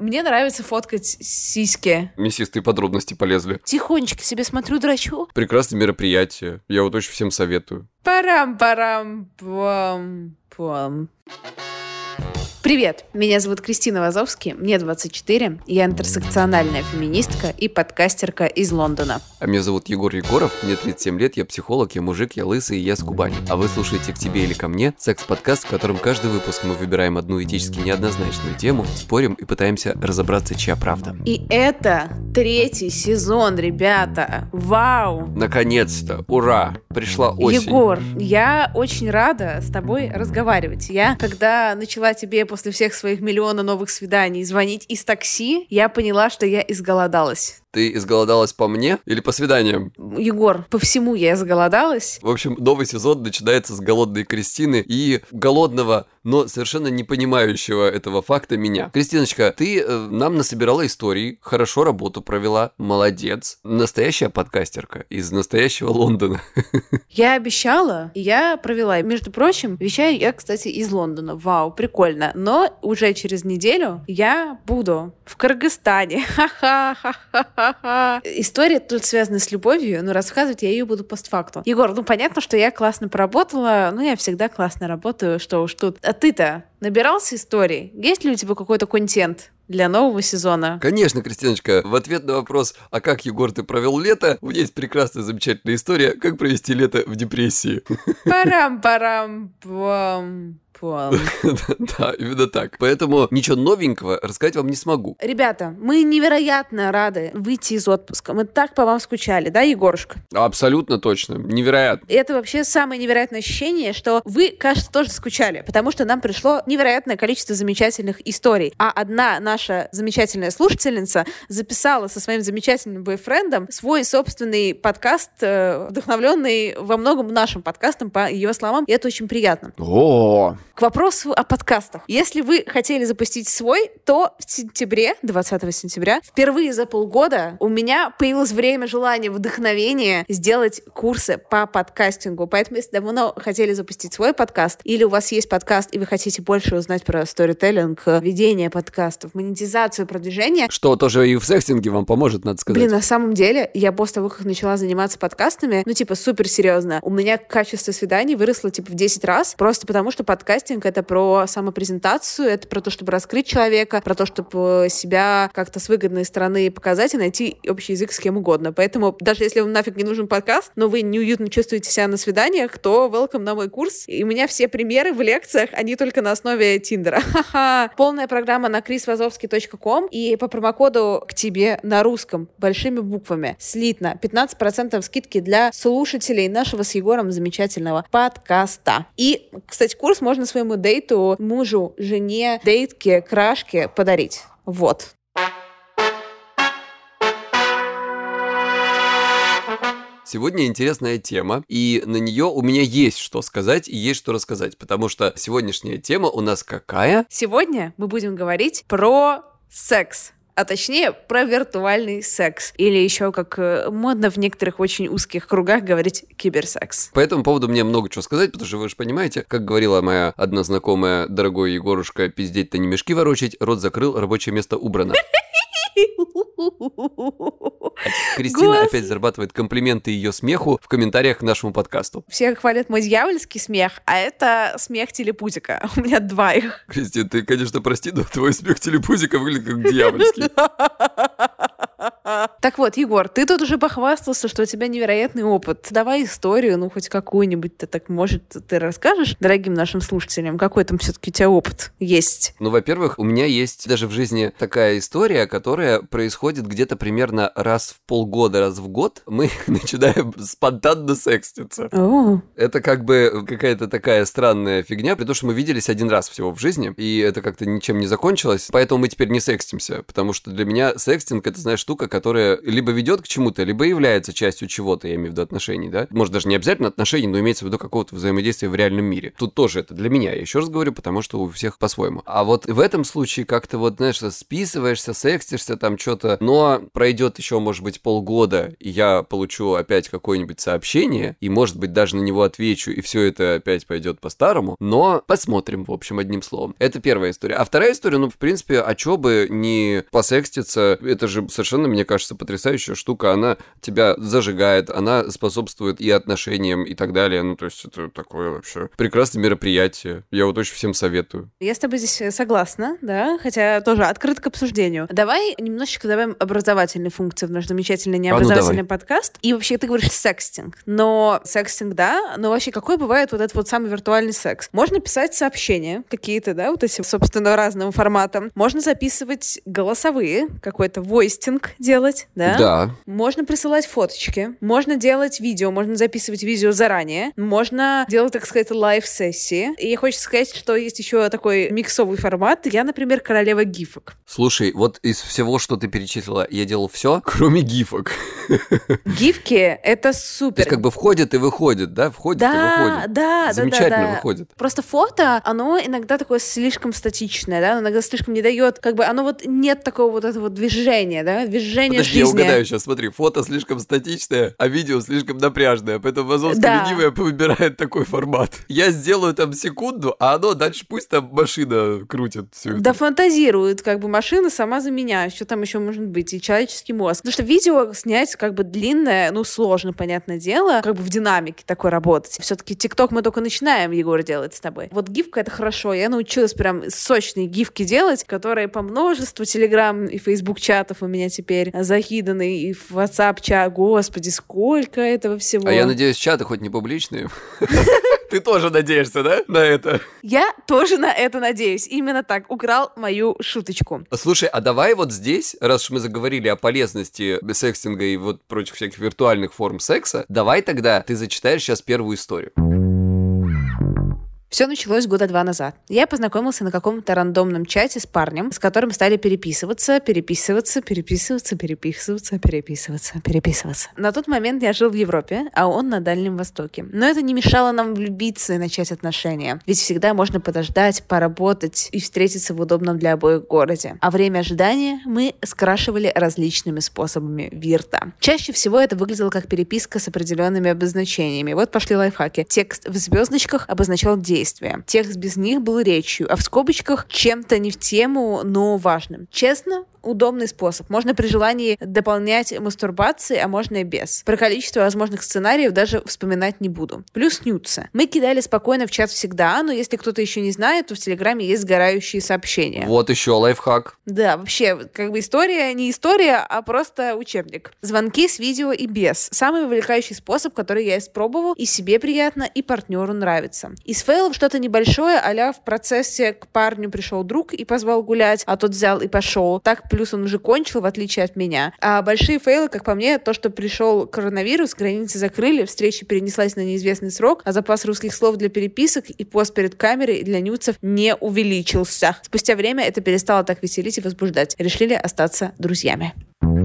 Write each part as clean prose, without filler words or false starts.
мне нравится фоткать сиськи. Мясистые подробности полезли. Тихонечко себе смотрю, драчу. Прекрасное мероприятие. Я вот очень всем советую. Парам-парам-пам-пам. Привет, меня зовут Кристина Вазовский, мне 24, я интерсекциональная феминистка и подкастерка из Лондона. А меня зовут Егор Егоров, мне 37 лет, я психолог, я мужик, я лысый и я с Кубани. А вы слушаете «К тебе или ко мне» — секс-подкаст, в котором каждый выпуск мы выбираем одну этически неоднозначную тему, спорим и пытаемся разобраться, чья правда. И это 3-й сезон, ребята! Вау! Наконец-то! Ура! Пришла осень. Егор, я очень рада с тобой разговаривать. Я, когда начала тебе после всех своих миллиона новых свиданий звонить из такси, я поняла, что я изголодалась. Ты изголодалась по мне или по свиданиям? Егор, по всему я изголодалась. В общем, новый сезон начинается с голодной Кристины и голодного, но совершенно не понимающего этого факта меня. Кристиночка, ты нам насобирала историй, хорошо работу провела, молодец. Настоящая подкастерка из настоящего Лондона. Я обещала, и я провела. Между прочим, вещаю я, кстати, из Лондона. Вау, прикольно. Но уже через неделю я буду в Кыргызстане. Ха-ха-ха-ха. История тут связана с любовью, но рассказывать я ее буду постфакту. Егор, понятно, что я классно поработала, но я всегда классно работаю, что уж тут. А ты-то набирался историй? Есть ли у тебя какой-то контент для нового сезона? Конечно, Кристиночка. В ответ на вопрос, а как, Егор, ты провел лето, у меня есть прекрасная, замечательная история, как провести лето в депрессии. Парам-парам-пам. Да, именно так. Поэтому ничего новенького рассказать вам не смогу. Ребята, мы невероятно рады выйти из отпуска. Мы так по вам скучали, да, Егорушка? Абсолютно точно. Невероятно. Это вообще самое невероятное ощущение, что вы, кажется, тоже скучали, потому что нам пришло невероятное количество замечательных историй. А одна наша замечательная слушательница записала со своим замечательным бойфрендом свой собственный подкаст, вдохновленный во многом нашим подкастом, по ее словам, и это очень приятно. О! К вопросу о подкастах. Если вы хотели запустить свой, то в сентябре, 20 сентября, впервые за полгода у меня появилось время, желание, вдохновение сделать курсы по подкастингу. Поэтому, если давно хотели запустить свой подкаст, или у вас есть подкаст, и вы хотите больше узнать про сторителлинг, ведение подкастов, монетизацию, продвижение... Что тоже и в секстинге вам поможет, надо сказать. Блин, на самом деле, я после того, как начала заниматься подкастами, супер серьезно, у меня качество свиданий выросло, в 10 раз, просто потому что подкастинг — это про самопрезентацию, это про то, чтобы раскрыть человека, про то, чтобы себя как-то с выгодной стороны показать и найти общий язык с кем угодно. Поэтому даже если вам нафиг не нужен подкаст, но вы неуютно чувствуете себя на свиданиях, то welcome на мой курс. И у меня все примеры в лекциях, они только на основе Тиндера. Ха-ха. Полная программа на chrisvazovsky.com, и по промокоду «К тебе» на русском большими буквами слитно 15% скидки для слушателей нашего с Егором замечательного подкаста. И, кстати, курс можно своему дейту, мужу, жене, дейтке, крашке подарить. Вот. Сегодня интересная тема, и на нее у меня есть что сказать и есть что рассказать, потому что сегодняшняя тема у нас какая? Сегодня мы будем говорить про секс. А точнее, про виртуальный секс. Или еще, как модно в некоторых очень узких кругах говорить, киберсекс. По этому поводу мне много чего сказать, потому что вы же понимаете, как говорила моя одна знакомая, дорогой Егорушка, пиздеть-то не мешки ворочать, рот закрыл, рабочее место убрано. Кристина опять зарабатывает комплименты ее смеху в комментариях к нашему подкасту. Все хвалят мой дьявольский смех, а это смех телепузика. У меня 2 их. Кристина, ты, конечно, прости, но твой смех телепузика выглядит как дьявольский. Так вот, Егор, ты тут уже похвастался, что у тебя невероятный опыт. Давай историю, хоть какую-нибудь ты так, может, ты расскажешь дорогим нашим слушателям, какой там все-таки у тебя опыт есть? Во-первых, у меня есть даже в жизни такая история, которая происходит где-то примерно раз в полгода, раз в год. Мы начинаем спонтанно секститься. Это как бы какая-то такая странная фигня, при том, что мы виделись один раз всего в жизни, и это как-то ничем не закончилось, поэтому мы теперь не секстимся, потому что для меня секстинг — это, знаешь, штука, которое либо ведет к чему-то, либо является частью чего-то, я имею в виду отношений, да? Может, даже не обязательно отношений, но имеется в виду какого-то взаимодействия в реальном мире. Тут тоже это для меня, я еще раз говорю, потому что у всех по-своему. А вот в этом случае как-то вот, знаешь, списываешься, секстишься там что-то, но пройдет еще, может быть, полгода, и я получу опять какое-нибудь сообщение, и, может быть, даже на него отвечу, и все это опять пойдет по-старому, но посмотрим, в общем, одним словом. Это первая история. А вторая история, ну, в принципе, а чё бы не посекститься, это же совершенно, мне кажется, потрясающая штука, она тебя зажигает, она способствует и отношениям, и так далее, ну, то есть это такое вообще прекрасное мероприятие, я вот очень всем советую. Я с тобой здесь согласна, да, хотя тоже открыт к обсуждению. Давай немножечко добавим образовательные функции в наш замечательный необразовательный подкаст. И вообще ты говоришь секстинг, но секстинг, да, но вообще какой бывает вот этот вот самый виртуальный секс? Можно писать сообщения какие-то, да, вот эти, собственно, разным форматом. Можно записывать голосовые, какой-то войстинг делать, да? Да. Можно присылать фоточки, можно делать видео, можно записывать видео заранее, можно делать, так сказать, лайв-сессии. И хочется сказать, что есть еще такой миксовый формат. Я, например, королева гифок. Слушай, вот из всего, что ты перечислила, я делал все, кроме гифок. Гифки — это супер. То есть как бы входит и выходит, да? Входит и выходит. Да, замечательно выходит. Просто фото, оно иногда такое слишком статичное, да, иногда слишком не дает, как бы оно вот нет такого вот этого движения, да, движения Подожди, жизни. я угадаю сейчас, смотри, фото слишком статичное, а видео слишком напряжное, поэтому Вазовская ленивая выбирает такой формат. Я сделаю там секунду, а оно дальше пусть там машина крутит все это. Да фантазирует, как бы машина сама за меня, что там еще может быть, и человеческий мозг. Потому что видео снять как бы длинное, ну, сложно, понятное дело, как бы в динамике такой работать. Все-таки ТикТок мы только начинаем, Егор, делать с тобой. Вот гифка — это хорошо. Я научилась прям сочные гифки делать, которые по множеству Телеграм и Фейсбук чатов у меня теперь закиданы, и в WhatsApp чат. Господи, сколько этого всего. А я надеюсь, чаты хоть не публичные. Ты тоже надеешься, да, на это? Я тоже на это надеюсь. Именно так. Украл мою шуточку. Слушай, а давай вот здесь, раз уж мы заговорили о полезности секстинга и вот прочих всяких виртуальных форм секса, давай тогда ты зачитаешь сейчас первую историю. Все началось года 2 назад. Я познакомился на каком-то рандомном чате с парнем, с которым стали переписываться. На тот момент я жил в Европе, а он на Дальнем Востоке. Но это не мешало нам влюбиться и начать отношения. Ведь всегда можно подождать, поработать и встретиться в удобном для обоих городе. А время ожидания мы скрашивали различными способами вирта. Чаще всего это выглядело как переписка с определенными обозначениями. Вот пошли лайфхаки. Текст в звездочках обозначал действие. Текст без них был речью, а в скобочках чем-то не в тему, но важным. Честно, удобный способ. Можно при желании дополнять мастурбации, а можно и без. Про количество возможных сценариев даже вспоминать не буду. Плюс нюдсы. Мы кидали спокойно в чат всегда, но если кто-то еще не знает, то в Телеграме есть сгорающие сообщения. Вот еще лайфхак. Да, вообще, как бы история не история, а просто учебник. Звонки с видео и без. Самый вовлекающий способ, который я испробовал, и себе приятно, и партнеру нравится. Из фейлов что-то небольшое, а-ля в процессе к парню пришел друг и позвал гулять, а тот взял и пошел. Так, плюс он уже кончил, в отличие от меня. А большие фейлы, как по мне, то, что пришел коронавирус, границы закрыли, встреча перенеслась на неизвестный срок, а запас русских слов для переписок и пост перед камерой для нюцев не увеличился. Спустя время это перестало так веселить и возбуждать. Решили остаться друзьями.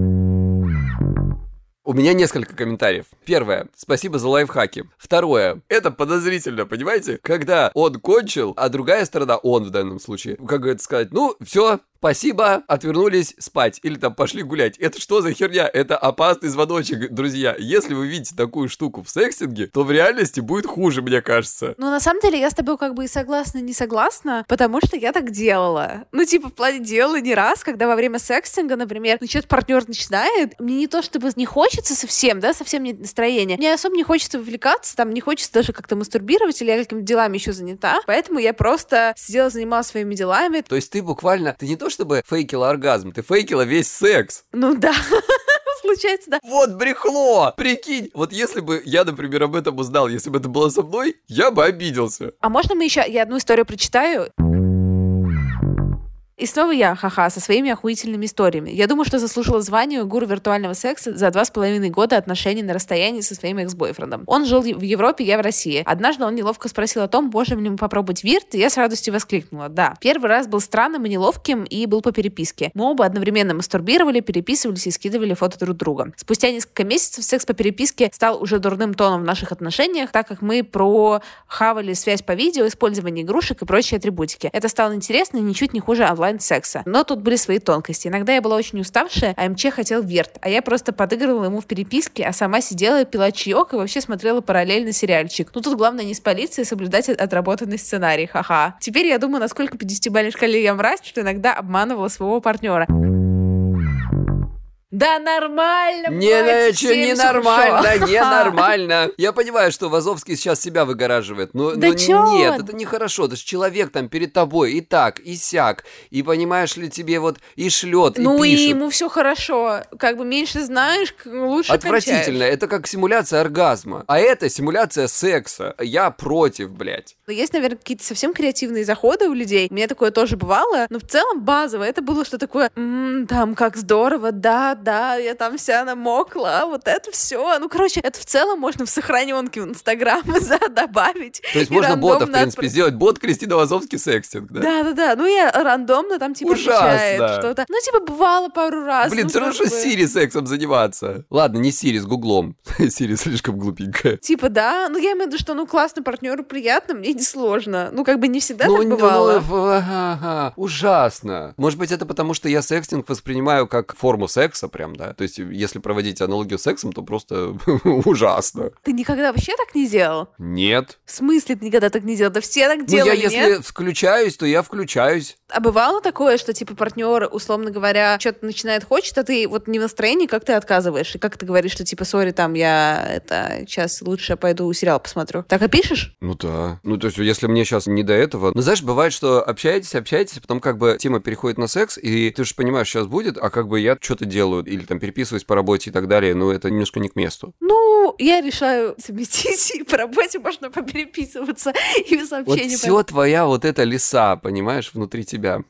У меня несколько комментариев. Первое. Спасибо за лайфхаки. Второе. Это подозрительно, понимаете? Когда он кончил, а другая сторона, он в данном случае, как это сказать, ну, все, спасибо, отвернулись спать или там пошли гулять. Это что за херня? Это опасный звоночек, друзья. Если вы видите такую штуку в секстинге, то в реальности будет хуже, мне кажется. Ну, на самом деле, я с тобой как бы и согласна, не согласна, потому что я так делала. Ну, типа, в плане делала не раз, когда во время секстинга, например, ну, что-то партнер начинает, мне не то чтобы не хочется совсем, да, совсем нет настроения. Мне особо не хочется вовлекаться, там, не хочется даже как-то мастурбировать, или я какими-то делами еще занята. Поэтому я просто сидела, занималась своими делами. То есть ты буквально, ты не то чтобы фейкила оргазм, ты фейкила весь секс. Ну да. Получается, да. Вот брехло! Прикинь! Вот если бы я, например, об этом узнал, если бы это было со мной, я бы обиделся. А можно мы еще, я одну историю прочитаю? И снова я, ха-ха, со своими охуительными историями. Я думаю, что заслужила звание гуру виртуального секса за 2,5 года отношений на расстоянии со своим экс-бойфрендом. Он жил в Европе, я в России. Однажды он неловко спросил о том, можем ли мы попробовать вирт, и я с радостью воскликнула: да. Первый раз был странным и неловким, и был по переписке. Мы оба одновременно мастурбировали, переписывались и скидывали фото друг друга. Спустя несколько месяцев секс по переписке стал уже дурным тоном в наших отношениях, так как мы прохавали связь по видео, использование игрушек и прочие атрибутики. Это стало интересно и ничуть не хуже онлайн-секса. Но тут были свои тонкости. Иногда я была очень уставшая, а МЧ хотел вирт, а я просто подыгрывала ему в переписке, а сама сидела, пила чаек и вообще смотрела параллельно сериальчик. Ну тут главное не спалиться и соблюдать отработанный сценарий, ха-ха. Теперь я думаю, насколько по 10-бальной шкале я мразь, что иногда обманывала своего партнера. Да нормально, ненормально. Я понимаю, что Вазовский сейчас себя выгораживает, но нет, это нехорошо. Это же человек там перед тобой и так, и сяк, и понимаешь ли, тебе вот и шлет, и пишет. И ему все хорошо. Как бы меньше знаешь, лучше отвратительно. кончаешь. Это как симуляция оргазма. А это симуляция секса. Я против, блядь. Есть, наверное, какие-то совсем креативные заходы у людей. У меня такое тоже бывало. Но в целом базово это было что такое, там как здорово, да, я там вся намокла, вот это все. Ну, короче, это в целом можно в сохраненке в Инстаграм добавить. То есть можно бота, в принципе, сделать бот Кристина Вазовский секстинг, да? Да. Ну, я рандомно там, типа, отвечает что-то. Ну, типа, бывало пару раз. Блин, все равно что с Сири сексом заниматься. Ладно, не Сири, с Гуглом. Сири слишком глупенькая. Типа, да. Ну, я имею в виду, что, классный партнеру приятно, мне не сложно. Ну, как бы не всегда так бывало. Ужасно. Может быть, это потому, что я секстинг воспринимаю как форму секса прям, да? То есть, если проводить аналогию с сексом, то просто ужасно. Ты никогда вообще так не делал? Нет. В смысле ты никогда так не делал? Да все так делали, я если включаюсь, то я включаюсь. А бывало такое, что, типа, партнер, условно говоря, что-то начинает хочет, а ты вот не в настроении, как ты отказываешь? И как ты говоришь, что, типа, сори, там, я сейчас лучше пойду сериал посмотрю. Так и пишешь? Ну да. Ну, то есть, если мне сейчас не до этого... Ну, знаешь, бывает, что общаетесь, потом как бы тема переходит на секс, и ты же понимаешь, сейчас будет, а как бы я что-то делаю, или там переписываюсь по работе и так далее, но это немножко не к месту. Ну, я решаю совместить, и по работе можно попереписываться, и в сообщении... Вот все твоя вот эта лиса, понимаешь, внутри тебя.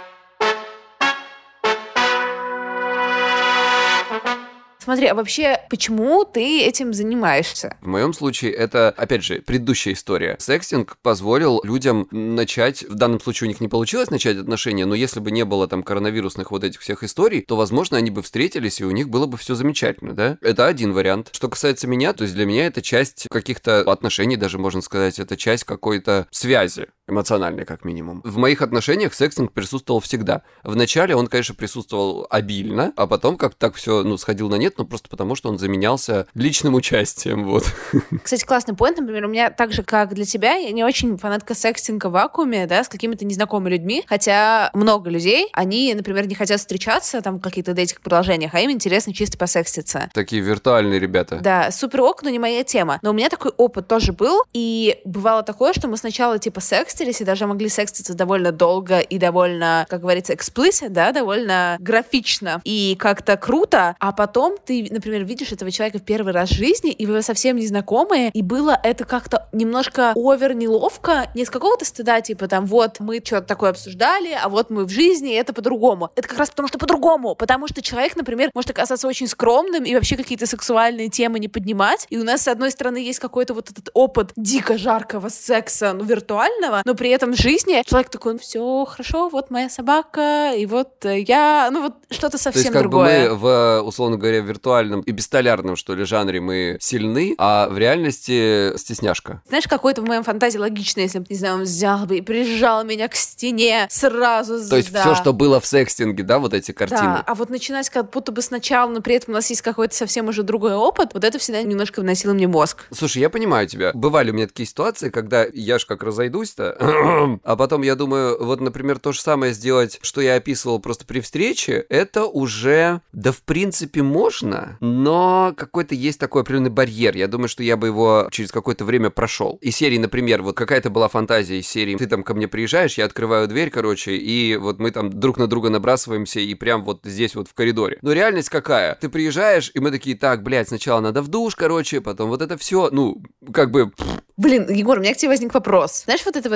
Смотри, а вообще, почему ты этим занимаешься? В моем случае это, опять же, предыдущая история. Секстинг позволил людям начать, в данном случае у них не получилось начать отношения, но если бы не было там коронавирусных вот этих всех историй, то, возможно, они бы встретились, и у них было бы все замечательно, да? Это один вариант. Что касается меня, то есть для меня это часть каких-то отношений, даже можно сказать, это часть какой-то связи. Эмоциональной, как минимум. В моих отношениях секстинг присутствовал всегда. Вначале он, конечно, присутствовал обильно, а потом как-то так все, сходил на нет, просто потому, что он заменялся личным участием, вот. Кстати, классный поинт, например, у меня так же, как для тебя, я не очень фанатка секстинга в вакууме, да, с какими-то незнакомыми людьми, хотя много людей, они, например, не хотят встречаться там в каких-то дейтинг-приложениях, а им интересно чисто посекститься. Такие виртуальные ребята. Да, супер ок, но не моя тема. Но у меня такой опыт тоже был, и бывало такое, что мы сначала типа секстились, и даже могли секститься довольно долго и довольно, как говорится, explicit, да, довольно графично и как-то круто, а потом ты, например, видишь этого человека в первый раз в жизни, и вы совсем незнакомые, и было это как-то немножко овер-неловко, не с какого-то стыда, типа там, вот, мы что-то такое обсуждали, а вот мы в жизни, и это по-другому. Это как раз потому, что по-другому, потому что человек, например, может оказаться очень скромным и вообще какие-то сексуальные темы не поднимать, и у нас, с одной стороны, есть какой-то вот этот опыт дико жаркого секса, виртуального, но при этом в жизни человек такой, все хорошо, вот моя собака, и вот я, вот что-то совсем другое. То есть как бы мы в, условно говоря, виртуальном и бестолярном, что ли, жанре мы сильны, а в реальности стесняшка. Знаешь, какой-то в моем фантазии логично, если бы, не знаю, он взял бы и прижал меня к стене сразу. То есть все, что было в секстинге, да, вот эти картины. Да, а вот начинать как будто бы сначала, но при этом у нас есть какой-то совсем уже другой опыт, вот это всегда немножко вносило мне мозг. Слушай, я понимаю тебя. Бывали у меня такие ситуации, когда я ж как разойдусь-то, а потом я думаю, вот, например, то же самое сделать, что я описывал просто при встрече, это уже, да, в принципе, можно, но какой-то есть такой определенный барьер. Я думаю, что я бы его через какое-то время прошел. Из серии, например, вот какая-то была фантазия из серии, ты там ко мне приезжаешь, я открываю дверь, короче, и вот мы там друг на друга набрасываемся, и прям вот здесь вот в коридоре. Но реальность какая? Ты приезжаешь, и мы такие, так, блядь, сначала надо в душ, короче, потом вот это все, как бы... Блин, Егор, у меня к тебе возник вопрос. Знаешь, вот эта вот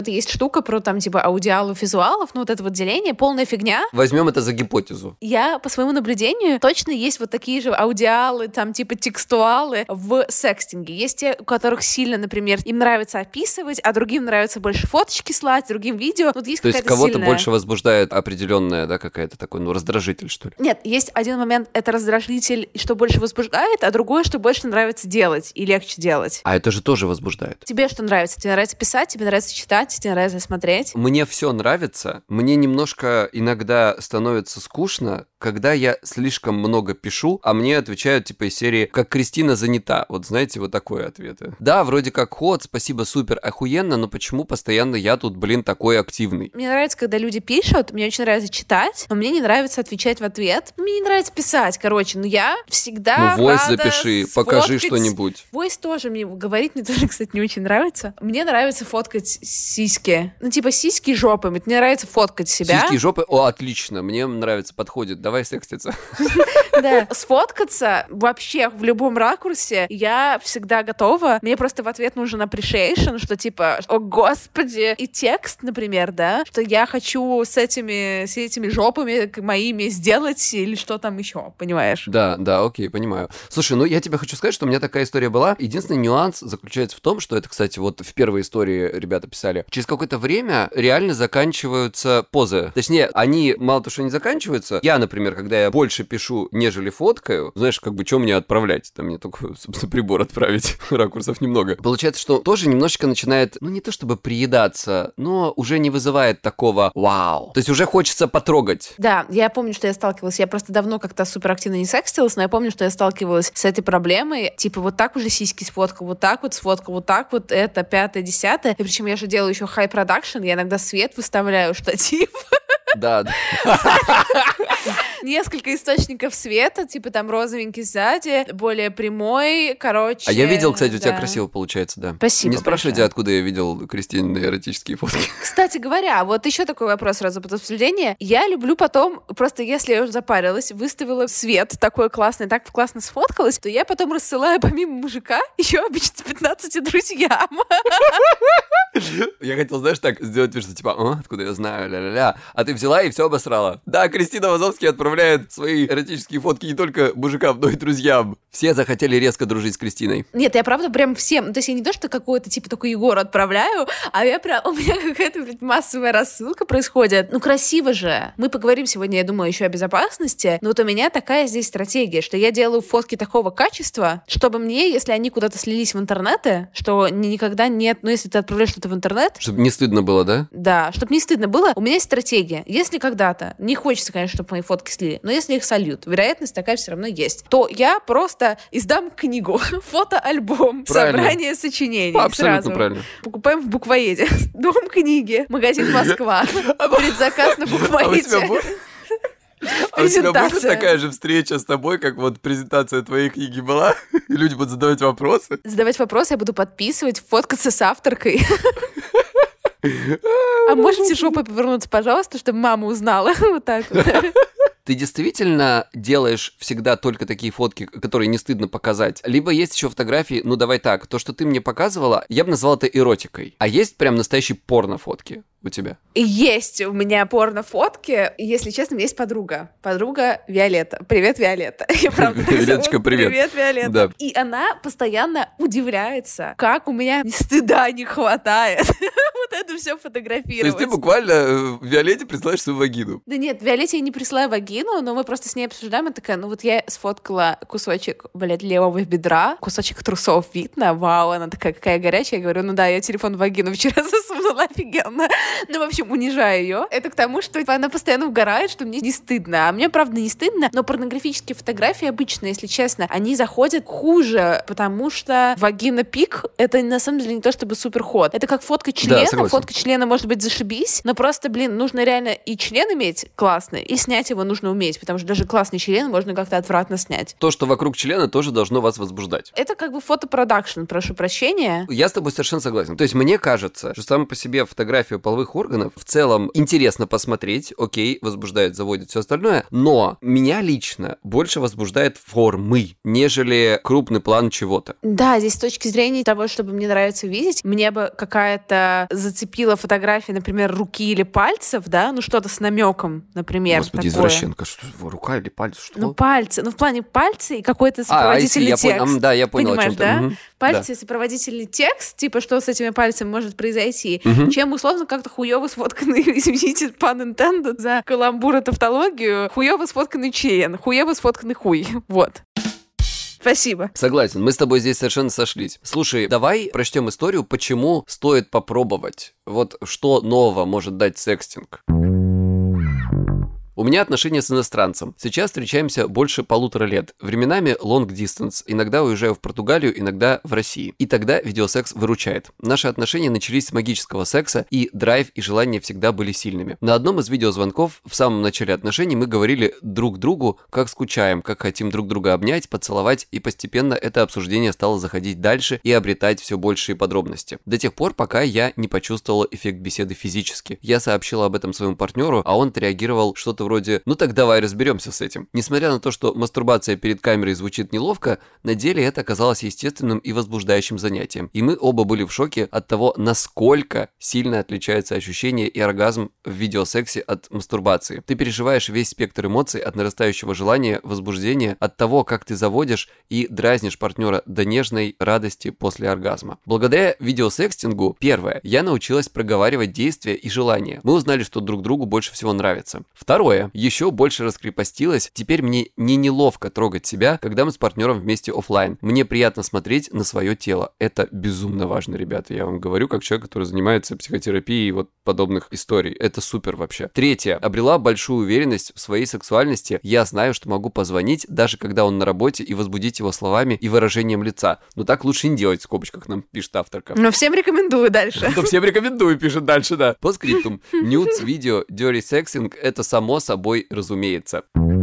эта есть штука про там типа аудиалов, визуалов, ну вот это вот деление, полная фигня. Возьмем это за гипотезу. Я по своему наблюдению точно есть вот такие же аудиалы, там типа текстуалы в секстинге. Есть те, у которых сильно, например, им нравится описывать, а другим нравится больше фоточки слать, другим видео. Вот есть то есть кого-то сильная... больше возбуждает определенная, да, какая-то такой, ну, раздражитель, что ли? Нет, есть один момент, это раздражитель, что больше возбуждает, а другое, что больше нравится делать и легче делать. А это же тоже возбуждает. Тебе что нравится? Тебе нравится писать, тебе нравится читать, тебе нравится смотреть? Мне все нравится. Мне немножко иногда становится скучно, когда я слишком много пишу, а мне отвечают типа из серии «Как Кристина занята». Вот знаете, вот такой ответ. Да, вроде как ход, спасибо, супер, охуенно, но почему постоянно я тут, такой активный? Мне нравится, когда люди пишут, мне очень нравится читать, но мне не нравится отвечать в ответ. Мне не нравится писать, короче, но я всегда войс рада запиши, сфоткать. покажи что-нибудь. Войс тоже мне говорить, мне тоже, кстати, не очень нравится. Мне нравится фоткать сиськи. Ну, типа сиськи и жопы. Мне нравится фоткать себя. Сиськи и жопы? О, отлично, мне нравится, подходит. Давай секститься. Да, сфоткаться вообще в любом ракурсе я всегда готова. Мне просто в ответ нужен appreciation, что типа, о господи, и текст, например, да, что я хочу с этими жопами моими сделать или что там еще, понимаешь? Да, окей, понимаю. Слушай, ну я тебе хочу сказать, что у меня такая история была. Единственный нюанс заключается в том, что это, кстати, вот в первой истории ребята писали, через какое-то время реально заканчиваются позы. Точнее, они мало того, что не заканчиваются, я, например, когда я больше пишу, нежели фоткаю, знаешь, как бы, что мне отправлять? Там мне только, собственно, прибор отправить, ракурсов немного. Получается, что тоже немножечко начинает, ну, не то чтобы приедаться, но уже не вызывает такого вау. То есть уже хочется потрогать. Да, я помню, что я сталкивалась, я просто давно как-то суперактивно не секстилась, но я помню, что я сталкивалась с этой проблемой, типа вот так уже сиськи сфоткал, вот так вот сфоткал, вот так вот, это, пятое, десятое. И причем я же делаю еще хай-продакшн, я иногда свет выставляю, штатив. Да. Несколько источников света, типа там розовенький сзади, более прямой, короче. А я видел, кстати, у тебя красиво получается, да. Спасибо. Не спрашивайте, откуда я видел Кристинины эротические фотки. Кстати говоря, вот еще такой вопрос сразу под обсуждение. Я люблю потом, просто если я уже запарилась, выставила свет такой классный, так классно сфоткалась, то я потом рассылаю помимо мужика еще обычно 15 друзьям. Я хотел, знаешь, так сделать вид, что типа, откуда я знаю, ля-ля-ля. А ты взяла и все обосрала. Да, Кристина Вазовский отправляет свои эротические фотки не только мужикам, но и друзьям. Все захотели резко дружить с Кристиной. Нет, я правда прям всем, то есть я не то, что какой-то типа такой Егору отправляю, а я прям, у меня какая-то, блядь, массовая рассылка происходит. Ну, красиво же. Мы поговорим сегодня, я думаю, еще о безопасности, но вот у меня такая здесь стратегия, что я делаю фотки такого качества, чтобы мне, если они куда-то слились в интернеты, что никогда нет, ну, если ты отправляешь что-то в интернет... Чтобы не стыдно было, да? Да, чтобы не стыдно было. У меня есть стратегия. Если когда-то, не хочется, конечно, чтобы мои фотки слили, но если их сольют, вероятность такая все равно есть, то я просто издам книгу, фотоальбом, собрание сочинений. Абсолютно сразу. Правильно. Покупаем в буквоеде. Дом книги, магазин Москва. Предзаказ на буквоеде. А у тебя будет такая же встреча с тобой, как вот презентация твоей книги была? И люди будут задавать вопросы? Задавать вопросы, я буду подписывать, фоткаться с авторкой. А можете жопой повернуться, пожалуйста, чтобы мама узнала? Вот так вот. Ты действительно делаешь всегда только такие фотки, которые не стыдно показать? Либо есть еще фотографии, ну давай так, то, что ты мне показывала, я бы назвал это эротикой. А есть прям настоящие порно-фотки у тебя? Есть у меня порно-фотки. Если честно, у меня есть подруга. Подруга Виолетта. Привет, Виолетта. Виолетточка, привет. Привет, Виолетта. Да. И она постоянно удивляется, как у меня стыда не хватает. Вот это все фотографировать. То есть ты буквально Виолетте присылаешь свою вагину? Да нет, Виолетте я не присылаю вагину, но мы просто с ней обсуждаем, и такая, ну вот я сфоткала кусочек, левого бедра, кусочек трусов видно, вау, она такая, какая горячая, я говорю, ну да, я телефон в вагину вчера засунула, офигенно. Ну, в общем, унижаю ее. Это к тому, что она постоянно угорает, что мне не стыдно, а мне, правда, не стыдно, но порнографические фотографии обычно, если честно, они заходят хуже, потому что вагина-пик — это на самом деле не то чтобы суперход. Это как фотка члена, фотка члена может быть зашибись, но просто, нужно реально и член иметь классный, и снять его нужно уметь, потому что даже классный член можно как-то отвратно снять. То, что вокруг члена, тоже должно вас возбуждать. Это как бы фотопродакшн, прошу прощения. Я с тобой совершенно согласен. То есть мне кажется, что само по себе фотографию половых органов, в целом интересно посмотреть, окей, возбуждает, заводит, все остальное, но меня лично больше возбуждает формы, нежели крупный план чего-то. Да, здесь с точки зрения того, чтобы мне нравится видеть, мне бы какая-то зацепила фотография, например, руки или пальцев, да, ну что-то с намеком, например. Господи, такое. извращенка, что, рука или пальцы, что? Ну, пальцы, ну в плане пальцы и какой-то сопроводительный текст. Да, я понял, понимаешь, о чем ты. Да? Пальцы, сопроводительный текст, типа, что с этими пальцами может произойти, чем, условно, как-то хуёво сфотканный, извините, пан Nintendo за каламбур и тавтологию, хуёво сфотканный член, хуёво сфотканный хуй, вот. Спасибо. Согласен, мы с тобой здесь совершенно сошлись. Слушай, давай прочтем историю, почему стоит попробовать. Вот что нового может дать секстинг. У меня отношения с иностранцем. Сейчас встречаемся больше 1,5 лет. Временами long distance. Иногда уезжаю в Португалию, иногда в России. И тогда видеосекс выручает. Наши отношения начались с магического секса, и драйв и желание всегда были сильными. На одном из видеозвонков в самом начале отношений мы говорили друг другу, как скучаем, как хотим друг друга обнять, поцеловать, и постепенно это обсуждение стало заходить дальше и обретать все большие подробности. До тех пор, пока я не почувствовала эффект беседы физически. Я сообщила об этом своему партнеру, а он отреагировал что-то вроде «ну так давай разберемся с этим». Несмотря на то, что мастурбация перед камерой звучит неловко, на деле это оказалось естественным и возбуждающим занятием. И мы оба были в шоке от того, насколько сильно отличается ощущение и оргазм в видеосексе от мастурбации. Ты переживаешь весь спектр эмоций от нарастающего желания, возбуждения, от того, как ты заводишь и дразнишь партнера до нежной радости после оргазма. Благодаря видеосекстингу, первое, я научилась проговаривать действия и желания. Мы узнали, что друг другу больше всего нравится. Второе, еще больше раскрепостилась. Теперь мне не неловко трогать себя, когда мы с партнером вместе офлайн. Мне приятно смотреть на свое тело. Это безумно важно, ребята. Я вам говорю, как человек, который занимается психотерапией и вот подобных историй. Это супер вообще. Третье. Обрела большую уверенность в своей сексуальности. Я знаю, что могу позвонить, даже когда он на работе, и возбудить его словами и выражением лица. Но так лучше не делать, в скобочках нам пишет авторка. Но всем рекомендую дальше. Но всем рекомендую, пишет дальше, да. По скриптум. Нюдс, видео, dirty sexing — это само собой разумеется.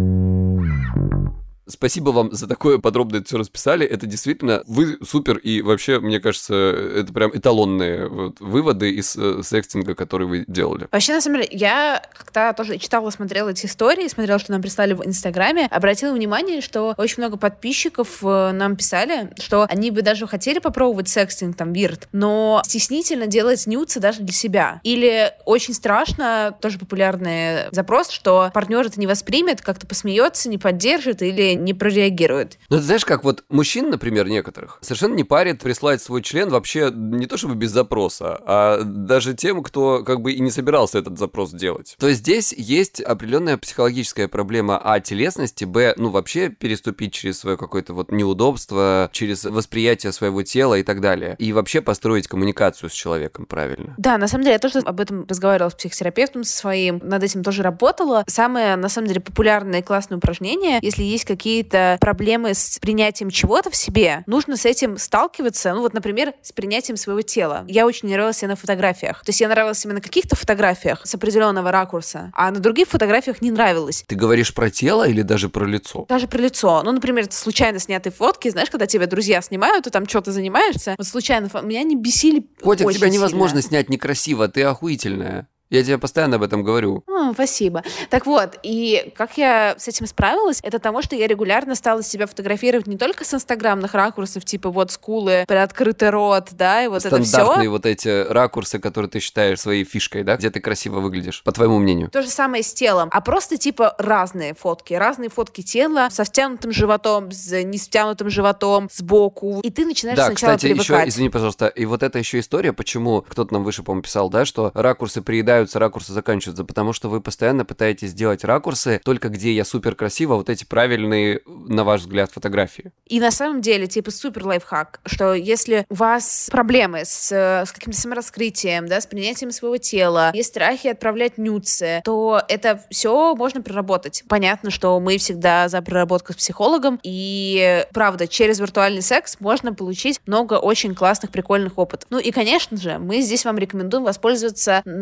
Спасибо вам за такое подробное все расписали. Это действительно, вы супер, и вообще, мне кажется, это прям эталонные выводы из секстинга, которые вы делали. Вообще, на самом деле, я когда тоже читала, смотрела эти истории, смотрела, что нам прислали в Инстаграме, обратила внимание, что очень много подписчиков нам писали, что они бы даже хотели попробовать секстинг, там, вирт, но стеснительно делать нюдсы даже для себя. Или очень страшно, тоже популярный запрос, что партнер это не воспримет, как-то посмеется, не поддержит или не прореагирует. Ну, ты знаешь, как вот мужчин, например, некоторых, совершенно не парит прислать свой член вообще не то чтобы без запроса, а даже тем, кто как бы и не собирался этот запрос делать. То есть здесь есть определенная психологическая проблема телесности, ну вообще переступить через свое какое-то вот неудобство, через восприятие своего тела и так далее. И вообще построить коммуникацию с человеком правильно. Да, на самом деле, я тоже об этом разговаривала с психотерапевтом своим, над этим тоже работала. Самое, на самом деле, популярное и классное упражнение, если есть какие-то проблемы с принятием чего-то в себе, нужно с этим сталкиваться, ну вот, например, с принятием своего тела. Я очень нравилась себе на фотографиях. То есть я нравилась себе на каких-то фотографиях с определенного ракурса, а на других фотографиях не нравилось. Ты говоришь про тело или даже про лицо? Даже про лицо. Ну, например, случайно снятые фотки, знаешь, когда тебя друзья снимают, ты там что-то занимаешься, вот случайно, меня не бесили. Котик, тебя невозможно сильно снять некрасиво, ты охуительная. Я тебе постоянно об этом говорю. Спасибо. Так вот, и как я с этим справилась, это тому, что я регулярно стала себя фотографировать не только с инстаграмных ракурсов, типа вот скулы, приоткрытый рот, да, и вот это все. Стандартные вот эти ракурсы, которые ты считаешь своей фишкой, да, где ты красиво выглядишь, по твоему мнению. То же самое с телом, а просто типа разные фотки тела со стянутым животом, с не стянутым животом, сбоку, и ты начинаешь сначала кстати, привыкать. еще, извини, пожалуйста, и вот это еще история, почему кто-то нам выше, по-моему, писал, да, что ракурсы приедаются, ракурсы заканчиваются, потому что вы постоянно пытаетесь делать ракурсы только где я супер красиво, вот эти правильные, на ваш взгляд, фотографии. И на самом деле, типа, супер лайфхак, что если у вас проблемы с каким-то самораскрытием, да, с принятием своего тела, есть страхи отправлять нюдсы, то это все можно проработать. Понятно, что мы всегда за проработку с психологом, и, правда, через виртуальный секс можно получить много очень классных, прикольных опытов. Ну и, конечно же, мы здесь вам рекомендуем воспользоваться нашим любимым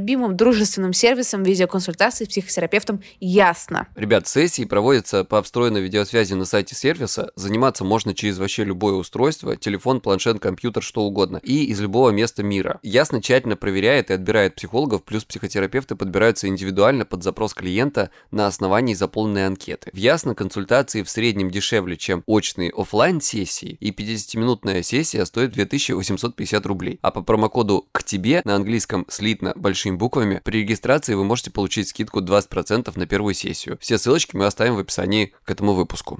любимым дружественным сервисом видеоконсультации с психотерапевтом Ясно. Ребят, сессии проводятся по встроенной видеосвязи на сайте сервиса. Заниматься можно через вообще любое устройство, телефон, планшет, компьютер, что угодно. И из любого места мира. Ясно тщательно проверяет и отбирает психологов, плюс психотерапевты подбираются индивидуально под запрос клиента на основании заполненной анкеты. В Ясно консультации в среднем дешевле, чем очные офлайн сессии, и 50-минутная сессия стоит 2850 рублей. А по промокоду «К тебе» на английском слитно большими буквами при регистрации вы можете получить скидку 20% на первую сессию. Все ссылочки мы оставим в описании к этому выпуску.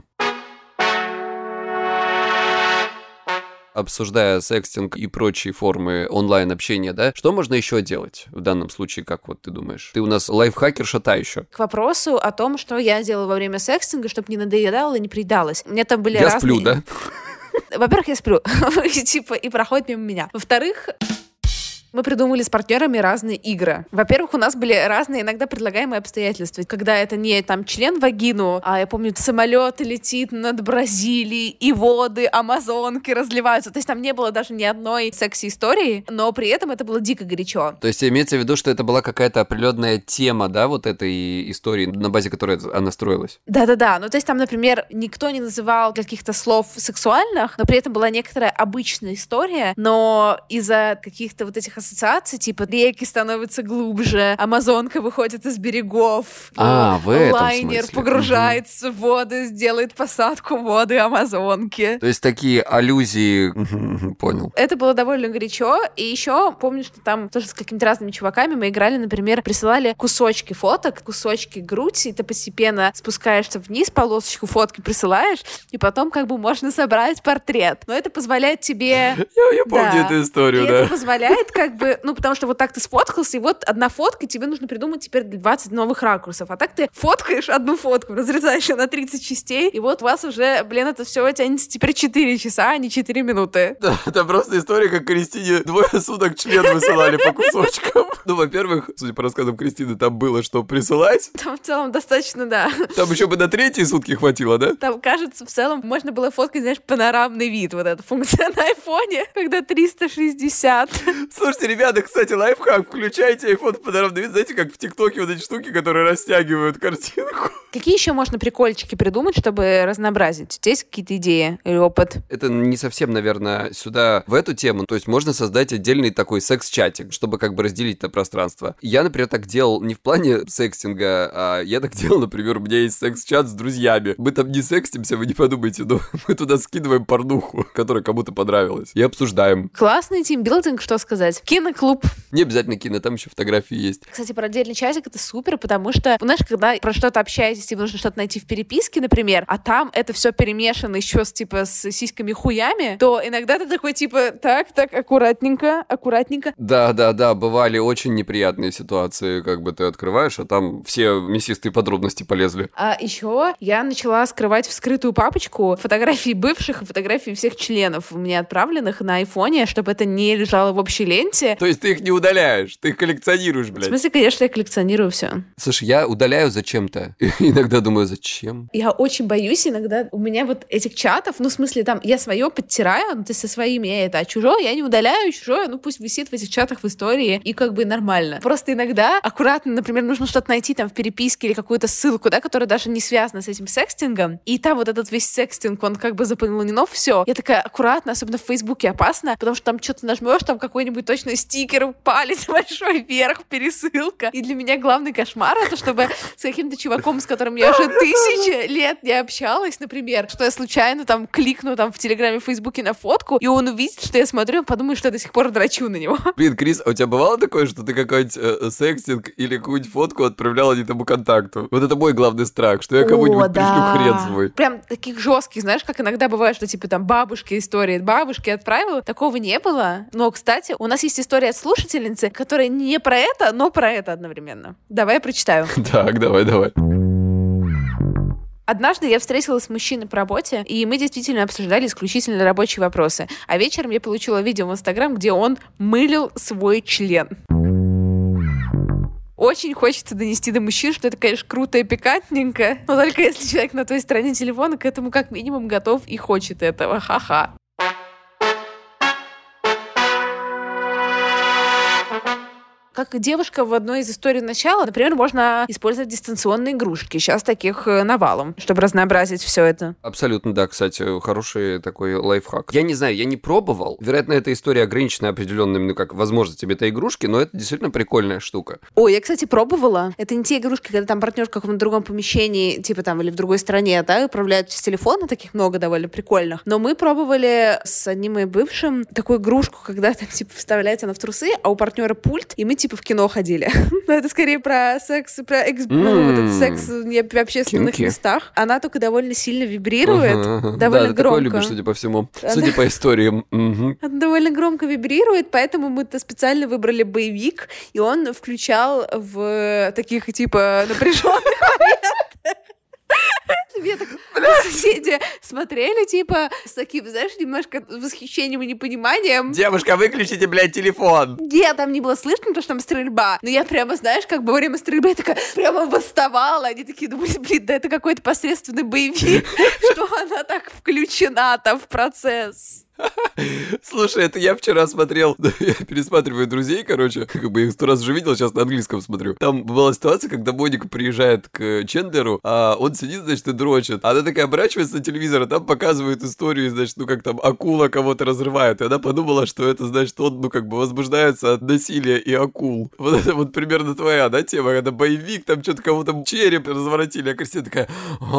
Обсуждая секстинг и прочие формы онлайн-общения, да, что можно еще делать в данном случае, как вот ты думаешь? Ты у нас лайфхакерша та еще. К вопросу о том, что я делала во время секстинга, чтобы не надоедало и не приедалось. У меня там были разные... Я сплю, да? Во-первых, я сплю. И проходит мимо меня. Во-вторых... Мы придумали с партнерами разные игры. Во-первых, у нас были разные иногда предлагаемые обстоятельства. Когда это не там член в вагину, а я помню, самолет летит над Бразилией, и воды Амазонки разливаются. То есть там не было даже ни одной секси-истории, но при этом это было дико горячо. То есть имеется в виду, что это была какая-то определенная тема, да, вот этой истории, на базе которой она строилась? Да-да-да. Ну, то есть там, например, никто не называл каких-то слов сексуальных, но при этом была некоторая обычная история, но из-за каких-то вот этих ассоциаций, типа реки становятся глубже, Амазонка выходит из берегов, в этом лайнер смысле. погружается в воду, сделает посадку в воды Амазонки. То есть такие аллюзии, понял. Это было довольно горячо, и еще помню, что там тоже с какими-то разными чуваками мы играли, например, присылали кусочки фоток, кусочки груди, и ты постепенно спускаешься вниз, полосочку фотки присылаешь, и потом как бы можно собрать портрет. Но это позволяет тебе... Я помню эту историю, и да. это позволяет как бы, ну, потому что вот так ты сфоткался, и вот одна фотка, и тебе нужно придумать теперь 20 новых ракурсов. А так ты фоткаешь одну фотку, разрезаешь ее на 30 частей, и вот у вас уже, блин, это все тянется теперь 4 часа, а не 4 минуты. Да, это просто история, как Кристине 2 суток член высылали по кусочкам. Ну, во-первых, судя по рассказам Кристины, там было что присылать. Там в целом достаточно, да. Там еще бы на 3-й сутки хватило, да? Там, кажется, в целом можно было фоткать, знаешь, панорамный вид. Вот эта функция на айфоне, когда 360. Слушайте, ребята, кстати, лайфхак. Включайте iPhone в панорамный вид. Знаете, как в ТикТоке вот эти штуки, которые растягивают картинку. Какие еще можно прикольчики придумать, чтобы разнообразить? У тебя есть какие-то идеи или опыт? Это не совсем, наверное, сюда, в эту тему. То есть можно создать отдельный такой секс-чатик, чтобы как бы разделить это пространство. Я, например, так делал не в плане секстинга, а я так делал, например, у меня есть секс-чат с друзьями. Мы там не секстимся, вы не подумайте, но мы туда скидываем порнуху, которая кому-то понравилась, и обсуждаем. Классный тимбилдинг, что сказать. Киноклуб. Не обязательно кино, там еще фотографии есть. Кстати, про отдельный чатик это супер, потому что, знаешь, когда про что-то общаетесь, тебе нужно что-то найти в переписке, например, а там это все перемешано еще с сиськами-хуями, то иногда ты такой, типа, так, аккуратненько. Да, бывали очень неприятные ситуации, как бы ты открываешь, а там все мясистые подробности полезли. А еще я начала скрывать в скрытую папочку фотографии бывших и фотографии всех членов у меня отправленных на айфоне, чтобы это не лежало в общей ленте. То есть ты их не удаляешь, ты их коллекционируешь, блядь. В смысле, конечно, я коллекционирую все. Слушай, я удаляю зачем-то. Иногда думаю, зачем? Я очень боюсь иногда у меня вот этих чатов, ну, в смысле, там, я свое подтираю, ну, ты со своим я это, а чужое я не удаляю, чужое, ну, пусть висит в этих чатах в истории, и как бы нормально. Просто иногда аккуратно, например, нужно что-то найти там в переписке или какую-то ссылку, да, которая даже не связана с этим секстингом, и там вот этот весь секстинг, он как бы заполнено все. Я такая аккуратно, особенно в Фейсбуке опасно, потому что там что-то нажмешь, там какой-нибудь точно стикер, палец большой вверх, пересылка. И для меня главный кошмар это, чтобы с каким-то чуваком, с которым я уже 1000 лет не общалась, например, что я случайно там кликну там в Телеграме, в Фейсбуке на фотку, и он увидит, что я смотрю, он подумает, что я до сих пор дрочу на него. Блин, Крис, а у тебя бывало такое, что ты какой-нибудь секстинг или какую-нибудь фотку отправляла не тому контакту? Вот это мой главный страх, что я кому-нибудь пришлю хрен свой. Прям таких жестких, знаешь, как иногда бывает, что типа там бабушки истории, бабушки отправила. Такого не было. Но, кстати, у нас есть история от слушательницы, которая не про это, но про это одновременно. Давай я прочитаю. Так, давай. Однажды я встретилась с мужчиной по работе, и мы действительно обсуждали исключительно рабочие вопросы. А вечером я получила видео в Инстаграм, где он мылил свой член. Очень хочется донести до мужчин, что это, конечно, круто и пикантненько, но только если человек на той стороне телефона к этому как минимум готов и хочет этого. Ха-ха. Как девушка в одной из историй начала, например, можно использовать дистанционные игрушки. Сейчас таких навалом, чтобы разнообразить все это. Абсолютно, да, кстати, хороший такой лайфхак. Я не знаю, я не пробовал. Вероятно, эта история ограничена определенными, возможностями этой игрушки, но это действительно прикольная штука. Ой, я, кстати, пробовала. Это не те игрушки, когда там партнер в каком-то другом помещении, типа там, или в другой стране, да, управляют с телефона, таких много довольно прикольных. Но мы пробовали с одним моим бывшим такую игрушку, когда там, типа, вставляется она в трусы, а у партнера пульт, и мы, типа, в кино ходили. Но это скорее про секс, вот этот секс в общественных местах. Она только довольно сильно вибрирует, довольно громко. Да, такое любишь, судя по всему. Судя по историям. Она довольно громко вибрирует, поэтому мы-то специально выбрали боевик, и он включал в таких, типа, напряженных моментах. Мне так соседи смотрели, типа, с таким, знаешь, немножко восхищением и непониманием. Девушка, выключите, блядь, телефон! Нет, там не было слышно, потому что там стрельба. Но я прямо, знаешь, как бы во время стрельбы я такая прямо восставала. Они такие думали, блин, да это какой-то посредственный боевик, что она так включена-то в процесс. Слушай, это я вчера смотрел, я пересматриваю «Друзей», короче, как бы их 100 раз уже видел, сейчас на английском смотрю. Там была ситуация, когда Моника приезжает к Чендлеру, а он сидит, значит, и дрочит. Она такая оборачивается на телевизор, а там показывают историю, значит, ну как там акула кого-то разрывает. И она подумала, что это, значит, он, ну как бы возбуждается от насилия и акул. Вот это вот примерно твоя, да, тема, когда боевик, там что-то кому-то череп разворотили, а Кристина такая,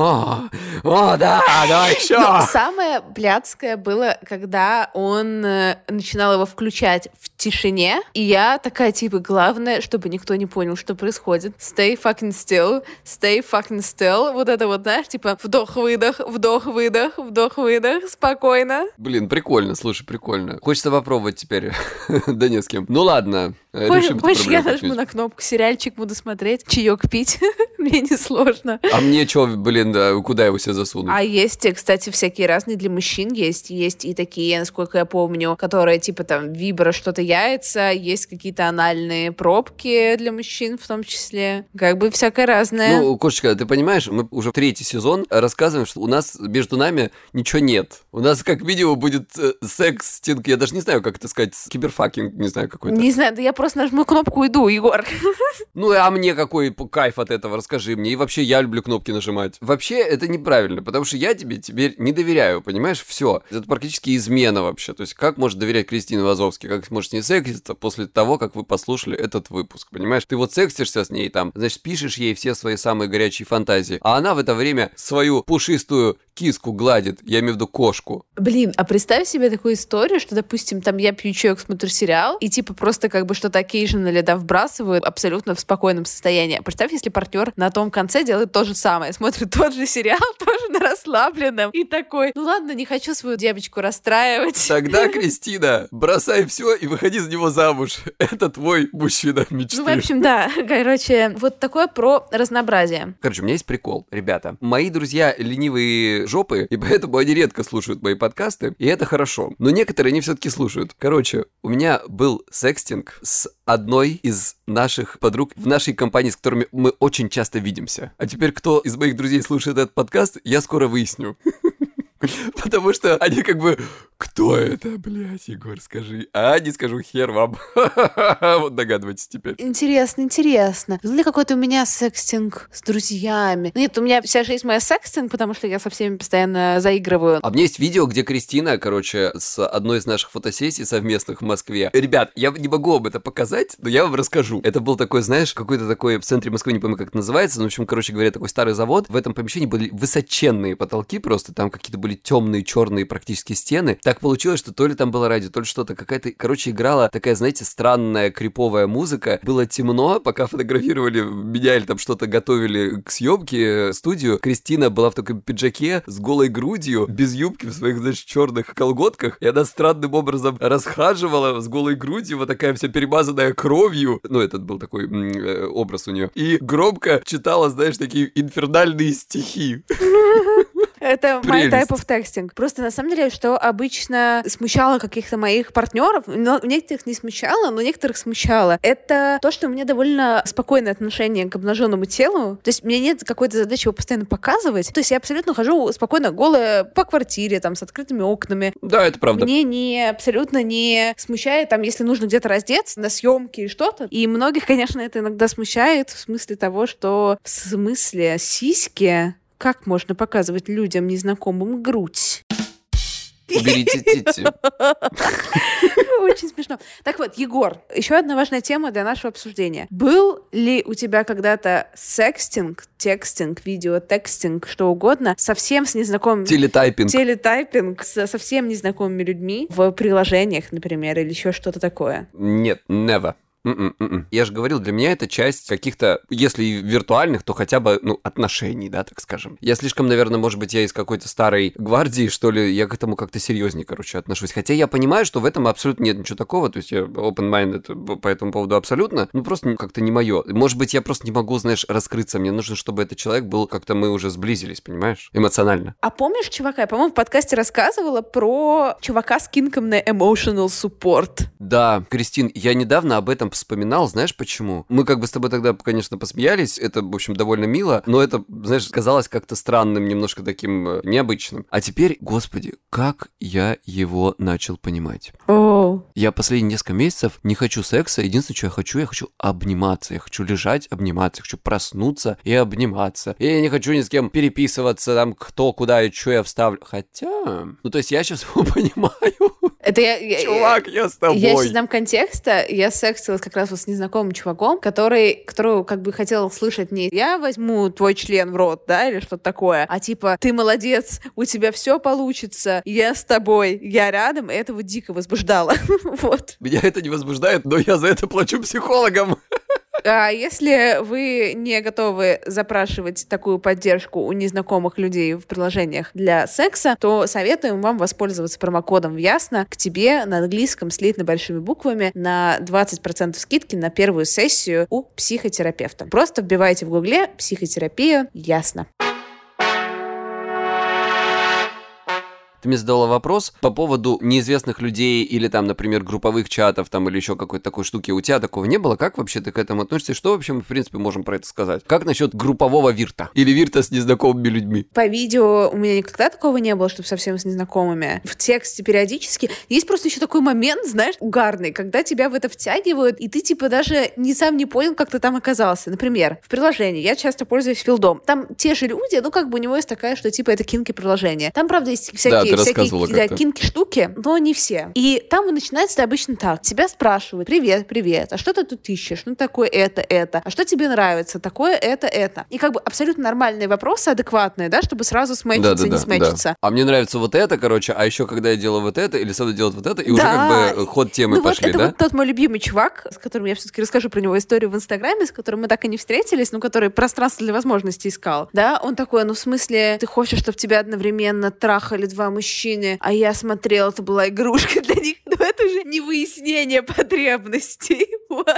о, да, давай еще. Но самое блядское было, когда он начинал его включать в тишине, и я такая, типа, главное, чтобы никто не понял, что происходит. Stay fucking still, stay fucking still. Вот это вот, знаешь, типа, вдох-выдох, вдох-выдох, вдох-выдох, спокойно. Блин, прикольно, слушай, прикольно. Хочется попробовать теперь, да не с кем. Ну ладно, решим Хочешь, я нажму на кнопку, сериальчик буду смотреть, чаек пить, мне не сложно. А мне что, блин, да, куда его себе засунуть? А есть, кстати, всякие разные для мужчин есть и такие, насколько я помню, которые типа там вибро что-то яйца, есть какие-то анальные пробки для мужчин в том числе, как бы всякое разное. Ну, Кошечка, ты понимаешь, мы уже 3-й сезон рассказываем, что у нас между нами ничего нет. У нас как минимум будет секс-стинг, я даже не знаю, как это сказать, киберфакинг, не знаю, какой-то. Не знаю, да я просто нажму кнопку и иду, Егор. Ну, а мне какой кайф от этого, расскажи мне. И вообще я люблю кнопки нажимать. Вообще это неправильно, потому что я тебе теперь не доверяю, понимаешь, все. Это практически измена вообще. То есть как может доверять Кристине Вазовски, как может с ней секситься после того, как вы послушали этот выпуск, понимаешь? Ты вот сексишься с ней там, значит, пишешь ей все свои самые горячие фантазии, а она в это время свою пушистую киску гладит, я имею в виду кошку. Блин, а представь себе такую историю, что, допустим, там я пью чаек, смотрю сериал, и типа просто как бы что-то occasionally, да, вбрасывают абсолютно в спокойном состоянии. Представь, если партнер на том конце делает то же самое, смотрит тот же сериал, тоже на расслабленном, и такой, ну ладно, не хочу свою девочку расстраивать. Тогда, Кристина, бросай все и выходи за него замуж. Это твой мужчина мечты. Ну, в общем, да, короче, вот такое про разнообразие. Короче, у меня есть прикол, ребята. Мои друзья ленивые жопы, и поэтому они редко слушают мои подкасты, и это хорошо. Но некоторые они все-таки слушают. Короче, у меня был секстинг с одной из наших подруг в нашей компании, с которыми мы очень часто видимся. А теперь, кто из моих друзей слушает этот подкаст, я скоро выясню. Потому что они как бы... Кто это, блядь, Егор, скажи. А не скажу, хер вам. Вот догадывайтесь теперь. Интересно, интересно. Был ли какой-то у меня секстинг с друзьями? Нет, у меня вся жизнь моя секстинг, потому что я со всеми постоянно заигрываю. А у меня есть видео, где Кристина, короче, с одной из наших фотосессий совместных в Москве. Ребят, я не могу вам это показать, но я вам расскажу. Это был такой, знаешь, какой-то такой в центре Москвы, не помню, как это называется, но, в общем, короче говоря, такой старый завод. В этом помещении были высоченные потолки просто, там какие-то были темные, черные практически стены. Так получилось, что то ли там было радио, то ли что-то, какая-то, короче, играла такая, знаете, странная криповая музыка. Было темно, пока фотографировали меня или там что-то готовили к съемке, студию. Кристина была в таком пиджаке с голой грудью, без юбки, в своих, значит, черных колготках, и она странным образом расхаживала с голой грудью, вот такая вся перемазанная кровью. Ну, этот был такой образ у нее. И громко читала, знаешь, такие инфернальные стихи. Это my type of texting. Просто на самом деле, что обычно смущало каких-то моих партнеров, но некоторых не смущало, но некоторых смущало, это то, что у меня довольно спокойное отношение к обнаженному телу. То есть у меня нет какой-то задачи его постоянно показывать. То есть я абсолютно хожу спокойно голая по квартире, там, с открытыми окнами. Да, это правда. Мне абсолютно не смущает, там, если нужно где-то раздеться на съемке или что-то. И многих, конечно, это иногда смущает в смысле того, что в смысле сиськи, как можно показывать людям незнакомым грудь? Уберите тити. Очень смешно. Так вот, Егор, еще одна важная тема для нашего обсуждения. Был ли у тебя когда-то секстинг, текстинг, видеотекстинг, что угодно, совсем с незнакомыми... Телетайпинг с совсем незнакомыми людьми в приложениях, например, или еще что-то такое? Нет, never. Я же говорил, для меня это часть каких-то, если и виртуальных, то хотя бы, отношений, да, так скажем. Я слишком, наверное, может быть, я из какой-то старой гвардии, что ли, я к этому как-то серьезнее, отношусь. Хотя я понимаю, что в этом абсолютно нет ничего такого, то есть я open-minded по этому поводу абсолютно, просто как-то не мое. Может быть, я просто не могу, знаешь, раскрыться, мне нужно, чтобы этот человек был, как-то мы уже сблизились, понимаешь, эмоционально. А помнишь чувака, я, по-моему, в подкасте рассказывала про чувака с кинком на emotional support? Да, Кристин, я недавно об этом вспоминал, знаешь почему? Мы как бы с тобой тогда, конечно, посмеялись, это, в общем, довольно мило, но это, знаешь, казалось как-то странным, немножко таким необычным. А теперь, господи, как я его начал понимать. Я последние несколько месяцев не хочу секса, единственное, что я хочу обниматься, я хочу лежать, обниматься, я хочу проснуться и обниматься. И я не хочу ни с кем переписываться, там, кто, куда и что я вставлю. Хотя, то есть я сейчас его понимаю. Это Чувак, я с тобой. Я сейчас дам контекста. Я сексилась как раз вот с незнакомым чуваком, которого как бы хотела слышать не «я возьму твой член в рот», да, или что-то такое, а типа «ты молодец, у тебя все получится, я с тобой, я рядом», и это вот дико возбуждало. Вот. Меня это не возбуждает, но я за это плачу психологам. А если вы не готовы запрашивать такую поддержку у незнакомых людей в приложениях для секса, то советуем вам воспользоваться промокодом «Ясно» к тебе на английском с литно большими буквами на 20% скидки на первую сессию у психотерапевта. Просто вбивайте в гугле «психотерапия Ясно». Ты мне задала вопрос по поводу неизвестных людей или там, например, групповых чатов там или еще какой-то такой штуки. У тебя такого не было? Как вообще ты к этому относишься? Что вообще мы, в принципе, можем про это сказать? Как насчет группового вирта? Или вирта с незнакомыми людьми? По видео у меня никогда такого не было, чтобы совсем с незнакомыми. В тексте периодически. Есть просто еще такой момент, знаешь, угарный, когда тебя в это втягивают, и ты типа даже сам не понял, как ты там оказался. Например, в приложении я часто пользуюсь Филдом. Там те же люди, как бы у него есть такая, что типа это кинки-приложение. Там, правда, есть всякие кинки-штуки, но не все. И там начинается обычно так. Тебя спрашивают: привет, а что ты тут ищешь? Такое это. А что тебе нравится? Такое это. И как бы абсолютно нормальные вопросы, адекватные, да, чтобы сразу смэчиться, не смэчиться. Да. А мне нравится вот это, а еще когда я делаю вот это, или Сада делает вот это, и уже как бы ход темы пошли, это да? Вот тот мой любимый чувак, с которым я все-таки расскажу про него историю в Инстаграме, с которым мы так и не встретились, но который пространство для возможностей искал. Да, он такой, в смысле, ты хочешь, чтобы тебя одновременно трахали два мужчины, а я смотрела, это была игрушка для них. Но это уже не выяснение потребностей. Вот.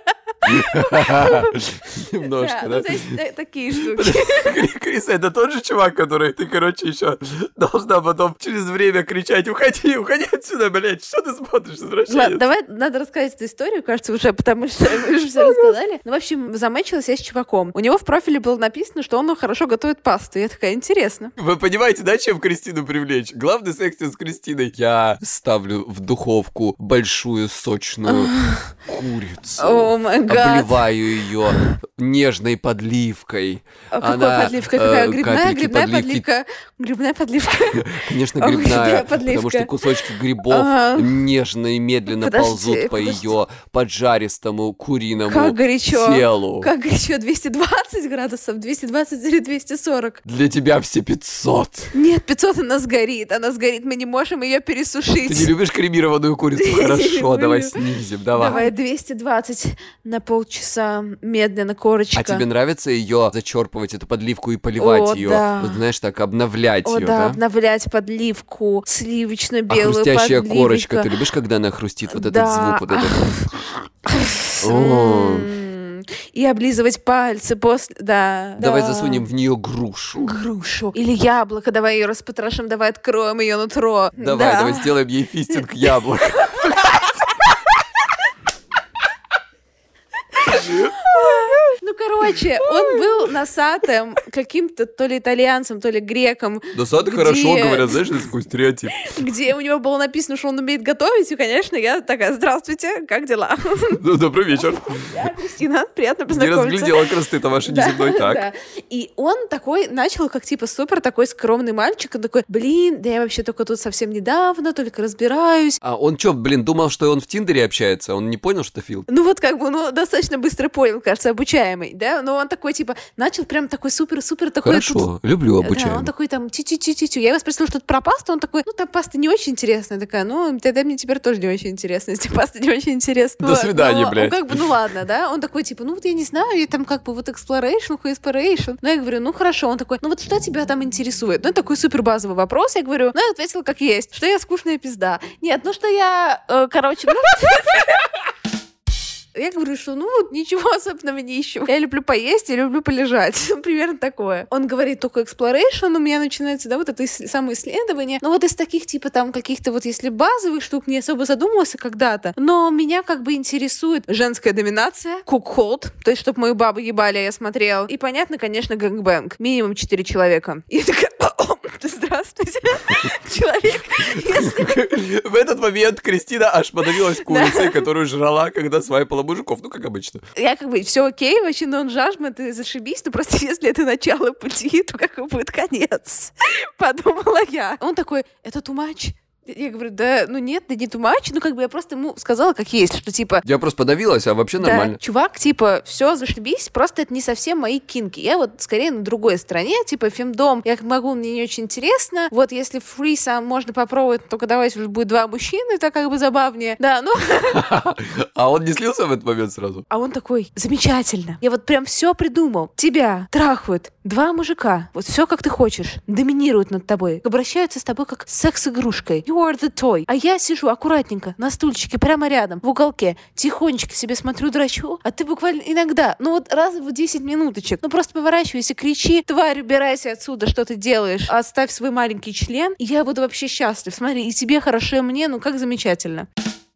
Немножко, да? То есть такие штуки. Криса, это тот же чувак, который ты, еще должна потом через время кричать: уходи отсюда, блядь, что ты смотришь, извращенец? Ладно, давай, надо рассказать эту историю, кажется, уже, потому что мы уже все рассказали. В общем, замэчилась я с чуваком. У него в профиле было написано, что он хорошо готовит пасту. Я такая: интересно. Вы понимаете, да, чем Кристину привлечь? Главный секстинг с Кристиной. Я ставлю в духовку большую сочную курицу. О май гад. Обливаю ее нежной подливкой. Какой подливкой? Какая? Грибная подливка? Грибная подливка? Конечно, грибная, потому что кусочки грибов нежно и медленно ползут по ее поджаристому куриному телу. Как горячо? 220 градусов? 220 или 240? Для тебя все 500. Нет, 500 она сгорит. Мы не можем ее пересушить. Ты не любишь кремированную курицу? Хорошо, давай снизим, Давай 220 на полчаса, медленно, корочка. А тебе нравится ее зачерпывать, эту подливку, и поливать ее? Да. Вот, знаешь, так обновлять ее, да? обновлять подливку, сливочно-белую подливку. А хрустящая корочка, ты любишь, когда она хрустит, вот этот звук, вот этот? и облизывать пальцы после... Да. Давай засунем в нее грушу. Грушу. Или яблоко, давай ее распотрошим, давай откроем ее нутро. Давай сделаем ей фистинг яблок. Ну, короче, он был носатым каким-то то ли итальянцем, то ли греком. Носатый хорошо говорят, знаешь, это такой стереотип. Где у него было написано, что он умеет готовить, и, конечно, я такая: здравствуйте, как дела? Ну, добрый вечер. Я Кристина, приятно познакомиться. Не разглядела красоты-то ваши неземной, так. Да. И он такой начал, как типа супер такой скромный мальчик, он такой: блин, да я вообще только тут совсем недавно, только разбираюсь. А он что, думал, что он в Тиндере общается? Он не понял, что Фил? Ну вот как бы, достаточно быстро понял, кажется, обучаемый, да? Но он такой типа начал прям такой супер-супер такой... Хорошо, люблю обучаемый. Да, он такой там тю-тю-тю-тю. Я его спросила, что это про пасту, он такой: ну там паста не очень интересная. Такая: ну тогда мне теперь тоже не очень интересно, если паста не очень интересная. До свидания, блядь. Как бы, ну ладно, да? Он такой типа: ну вот я не знаю, я там как бы вот exploration. Ну я говорю: ну хорошо. Он такой: ну вот что тебя там интересует? Ну это такой супер базовый вопрос. Я говорю: ну я ответила как есть, что я скучная пизда. Нет, ну что я, короче, я говорю, что ничего особенного не ищу. Я люблю поесть, я люблю полежать. Примерно такое. Он говорит: только exploration, у меня начинается, да, вот это самоисследование. Но вот из таких типа там каких-то вот если базовых штук не особо задумывался когда-то. Но меня как бы интересует женская доминация, cook-hold, то есть чтобы мою бабу ебали, я смотрел. И понятно, конечно, гэнгбэнг. Минимум 4 человека. И я такая: здравствуйте, человек. В этот момент Кристина аж подавилась курицей, которую жрала, когда свайпала мужиков, ну, как обычно. Я как бы: все окей, вообще нон-жажмент, и зашибись, но просто если это начало пути, то какой будет конец? Подумала я. Он такой: это too much? Я говорю: да, нет, да не too much. Ну, как бы я просто ему сказала как есть, что типа... Я просто подавилась, а вообще нормально. Да, чувак, типа, все, зашибись, просто это не совсем мои кинки. Я вот скорее на другой стороне, типа, фемдом, я могу, мне не очень интересно. Вот если фрисам можно попробовать, только давайте уже будет 2 мужчины, это как бы забавнее. Да, ну... А он не слился в этот момент сразу? А он такой: замечательно. Я вот прям все придумал. Тебя трахают 2 мужика. Вот все как ты хочешь. Доминируют над тобой. Обращаются с тобой как с секс-игрушкой. You are the toy. А я сижу аккуратненько на стульчике прямо рядом, в уголке. Тихонечко себе смотрю, дрочу. А ты буквально иногда, вот раз в 10 минуточек, просто поворачивайся, кричи: тварь, убирайся отсюда, что ты делаешь? Оставь свой маленький член. И я буду вообще счастлив. Смотри, и тебе хорошо, и мне, как замечательно.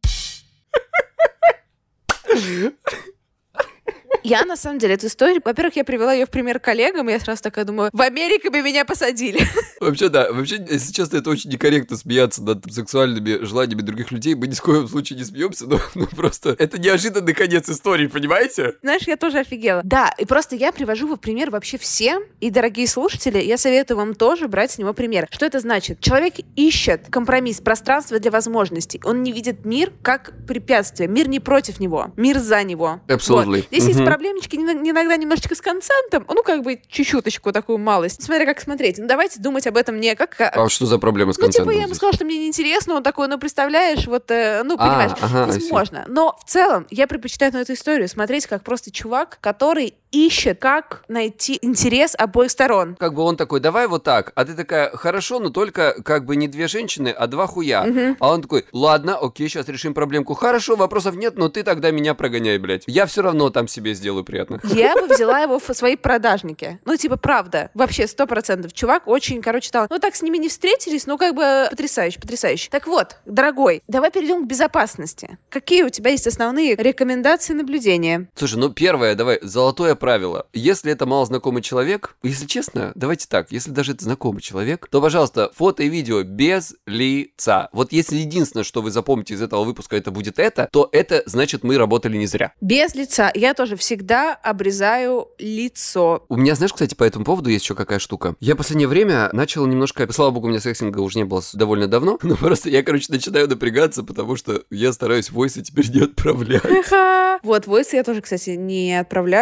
Я, на самом деле, эту историю... Во-первых, я привела ее в пример коллегам, и я сразу такая думаю: в Америке бы меня посадили. Вообще, да. Вообще, если честно, это очень некорректно смеяться над сексуальными желаниями других людей. Мы ни в коем случае не смеемся, но просто это неожиданный конец истории, понимаете? Знаешь, я тоже офигела. Да, и просто я привожу в пример вообще всем, и, дорогие слушатели, я советую вам тоже брать с него пример. Что это значит? Человек ищет компромисс, пространство для возможностей. Он не видит мир как препятствие. Мир не против него, мир за него. Абсолютно. Вот. Здесь есть проблемочки иногда немножечко с консентом, как бы чуть-чуточку такую малость. Смотря как смотреть. Давайте думать об этом не как... А что за проблема с консентом? Я ему сказала, что мне неинтересно, он такой: представляешь, понимаешь, здесь можно. Но в целом я предпочитаю на эту историю смотреть как просто чувак, который ищет, как найти интерес обоих сторон. Как бы он такой: давай вот так. А ты такая: хорошо, но только как бы не 2 женщины, а 2 хуя. А он такой: ладно, окей, сейчас решим проблемку. Хорошо, вопросов нет, но ты тогда меня прогоняй, блядь. Я все равно там себе сделаю приятно. Я бы взяла его в свои продажники. Правда. Вообще, 100%. Чувак очень, там, так с ними не встретились, как бы потрясающе. Так вот, дорогой, давай перейдем к безопасности. Какие у тебя есть основные рекомендации наблюдения? Слушай, первое, давай, золотое правило. Если это малознакомый человек, если честно, давайте так, если даже это знакомый человек, то, пожалуйста, фото и видео без лица. Вот если единственное, что вы запомните из этого выпуска, это будет это, то это значит, мы работали не зря. Без лица. Я тоже всегда обрезаю лицо. У меня, знаешь, кстати, по этому поводу есть еще какая штука. Я в последнее время начал немножко... Слава богу, у меня сексинга уже не было довольно давно, но просто я, начинаю напрягаться, потому что я стараюсь войсы теперь не отправлять. Вот, войсы я тоже, кстати, не отправляю.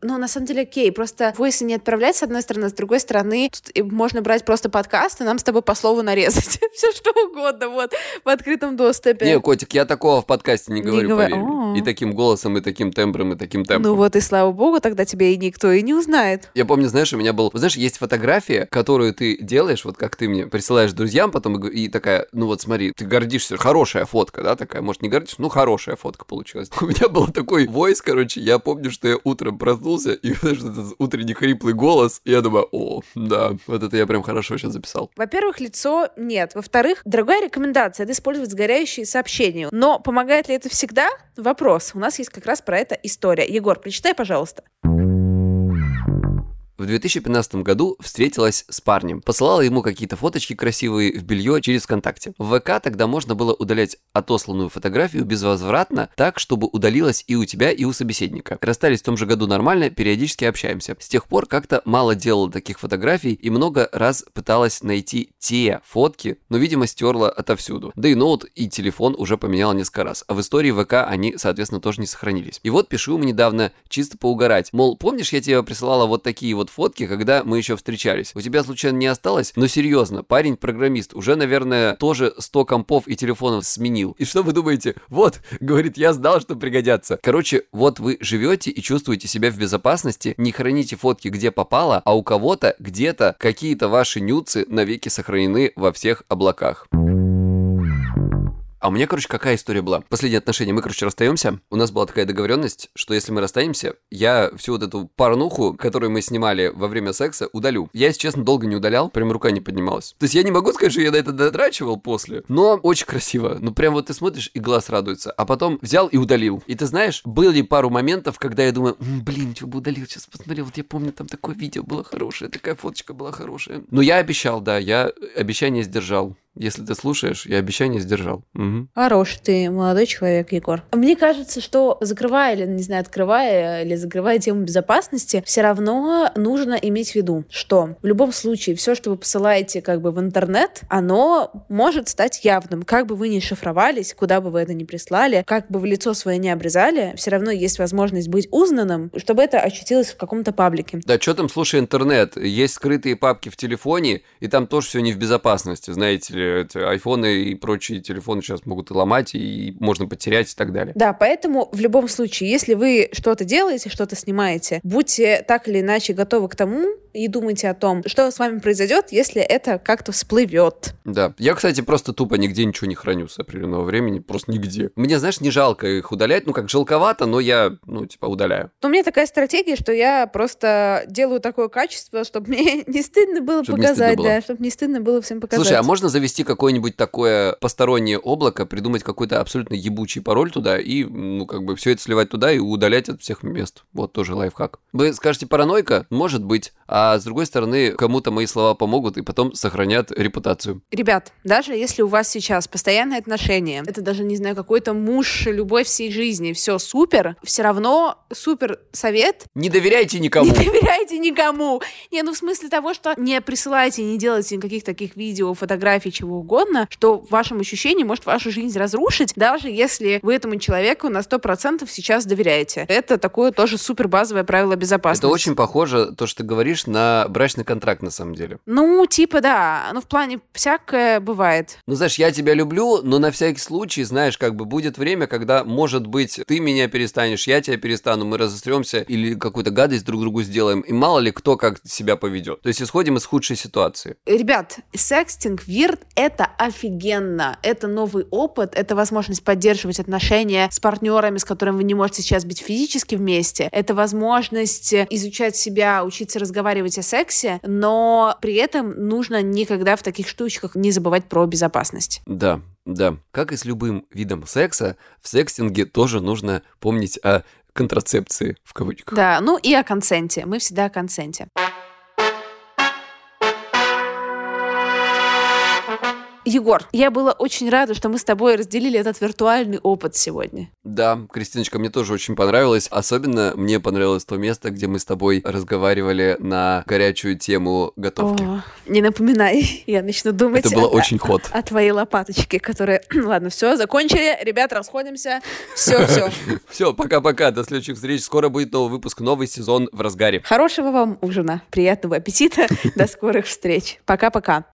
Ну, на самом деле, окей, просто войсы не отправлять, с одной стороны, с другой стороны, тут можно брать просто подкаст, и нам с тобой по слову нарезать. Все что угодно, вот, в открытом доступе. Не, котик, я такого в подкасте не говорю, поверь мне. И таким голосом, и таким тембром, и таким темпом. Ну вот, и слава богу, тогда тебя и никто и не узнает. Я помню, знаешь, у меня был... Знаешь, есть фотография, которую ты делаешь, вот как ты мне присылаешь друзьям потом, и такая, ну вот смотри, ты гордишься, хорошая фотка, да, такая, может, не гордишься, ну, хорошая фотка получилась. У меня был такой войс, короче, я помню, что я утром проснулся, и знаешь, этот утренний хриплый голос, и я думаю, о, да, вот это я прям хорошо сейчас записал. Во-первых, лицо нет. Во-вторых, дорогая рекомендация — это использовать сгоряющие сообщения. Но помогает ли это всегда? Вопрос. У нас есть как раз про это история. Егор, прочитай, пожалуйста. В 2015 году встретилась с парнем. Посылала ему какие-то фоточки красивые в белье через ВКонтакте. В ВК тогда можно было удалять отосланную фотографию безвозвратно, так, чтобы удалилась и у тебя, и у собеседника. Расстались в том же году нормально, периодически общаемся. С тех пор как-то мало делала таких фотографий и много раз пыталась найти те фотки, но, видимо, стерла отовсюду. Да и ноут, и телефон уже поменяла несколько раз. А в истории ВК они, соответственно, тоже не сохранились. И вот пишу ему недавно чисто поугарать. Мол, помнишь, я тебе присылала вот такие вот фотки, когда мы еще встречались. У тебя, случайно, не осталось? Но серьезно, парень-программист уже, наверное, тоже 100 компов и телефонов сменил. И что вы думаете? Вот, говорит, я знал, что пригодятся. Короче, вот вы живете и чувствуете себя в безопасности, не храните фотки где попало, а у кого-то где-то какие-то ваши нюцы навеки сохранены во всех облаках. А у меня, короче, какая история была? Последние отношения. Мы, короче, расстаемся. У нас была такая договоренность, что если мы расстанемся, я всю вот эту порнуху, которую мы снимали во время секса, удалю. Я, если честно, долго не удалял, прям рука не поднималась. То есть я не могу сказать, что я на это дотрачивал после, но очень красиво. Ну, прям вот ты смотришь, и глаз радуется. А потом взял и удалил. И ты знаешь, были пару моментов, когда я думаю, блин, что бы удалил, сейчас посмотрел. Вот я помню, там такое видео было хорошее, такая фоточка была хорошая. Но я обещал, да, я обещание сдержал. Если ты слушаешь, я обещание сдержал. Угу. Хороший ты молодой человек, Егор. Мне кажется, что закрывая или, не знаю, открывая или закрывая тему безопасности, все равно нужно иметь в виду, что в любом случае все, что вы посылаете как бы в интернет, оно может стать явным. Как бы вы ни шифровались, куда бы вы это ни прислали, как бы вы лицо свое не обрезали, все равно есть возможность быть узнанным, чтобы это очутилось в каком-то паблике. Да, что там, слушай, интернет. Есть скрытые папки в телефоне, и там тоже все не в безопасности, знаете ли. Эти айфоны и прочие телефоны сейчас могут и ломать, и можно потерять и так далее. Да, поэтому в любом случае, если вы что-то делаете, что-то снимаете, будьте так или иначе готовы к тому и думайте о том, что с вами произойдет, если это как-то всплывет. Да. Я, кстати, просто тупо нигде ничего не храню с определенного времени, просто нигде. Мне, знаешь, не жалко их удалять, ну, как жалковато, но я, удаляю. У меня такая стратегия, что я просто делаю такое качество, чтобы мне не стыдно было показать, да, чтобы не стыдно было всем показать. Слушай, а можно завести какое-нибудь такое постороннее облако, придумать какой-то абсолютно ебучий пароль туда и, все это сливать туда и удалять от всех мест? Вот тоже лайфхак. Вы скажете, паранойка? Может быть. А с другой стороны, кому-то мои слова помогут и потом сохранят репутацию. Ребят, даже если у вас сейчас постоянные отношения, это даже, не знаю, какой-то муж, любовь всей жизни, все супер, все равно супер совет. Не доверяйте никому. Не доверяйте никому. В смысле того, что не присылайте, не делайте никаких таких видео, фотографий, чего угодно, что в вашем ощущении может вашу жизнь разрушить, даже если вы этому человеку на 100% сейчас доверяете. Это такое тоже супер базовое правило безопасности. Это очень похоже, то, что ты говоришь, на брачный контракт на самом деле. Да. В плане всякое бывает. Знаешь, я тебя люблю, но на всякий случай, знаешь, будет время, когда, может быть, ты меня перестанешь, я тебя перестану, мы разостремся или какую-то гадость друг другу сделаем, и мало ли кто как себя поведет. То есть исходим из худшей ситуации. Ребят, секстинг, вирт — это офигенно. Это новый опыт, это возможность поддерживать отношения с партнерами, с которыми вы не можете сейчас быть физически вместе. Это возможность изучать себя, учиться разговаривать о сексе, но при этом нужно никогда в таких штучках не забывать про безопасность. Да. Как и с любым видом секса, в секстинге тоже нужно помнить о контрацепции, в кавычках. Да, и о консенте. Мы всегда о консенте. Егор, я была очень рада, что мы с тобой разделили этот виртуальный опыт сегодня. Да, Кристиночка, мне тоже очень понравилось. Особенно мне понравилось то место, где мы с тобой разговаривали на горячую тему готовки. Не напоминай, я начну думать Это было очень хот. О твоей лопаточке, которая... Ладно, все, закончили. Ребят, расходимся. Все. Все, пока-пока. До следующих встреч. Скоро будет новый выпуск, новый сезон в разгаре. Хорошего вам ужина, приятного аппетита. До скорых встреч. Пока-пока.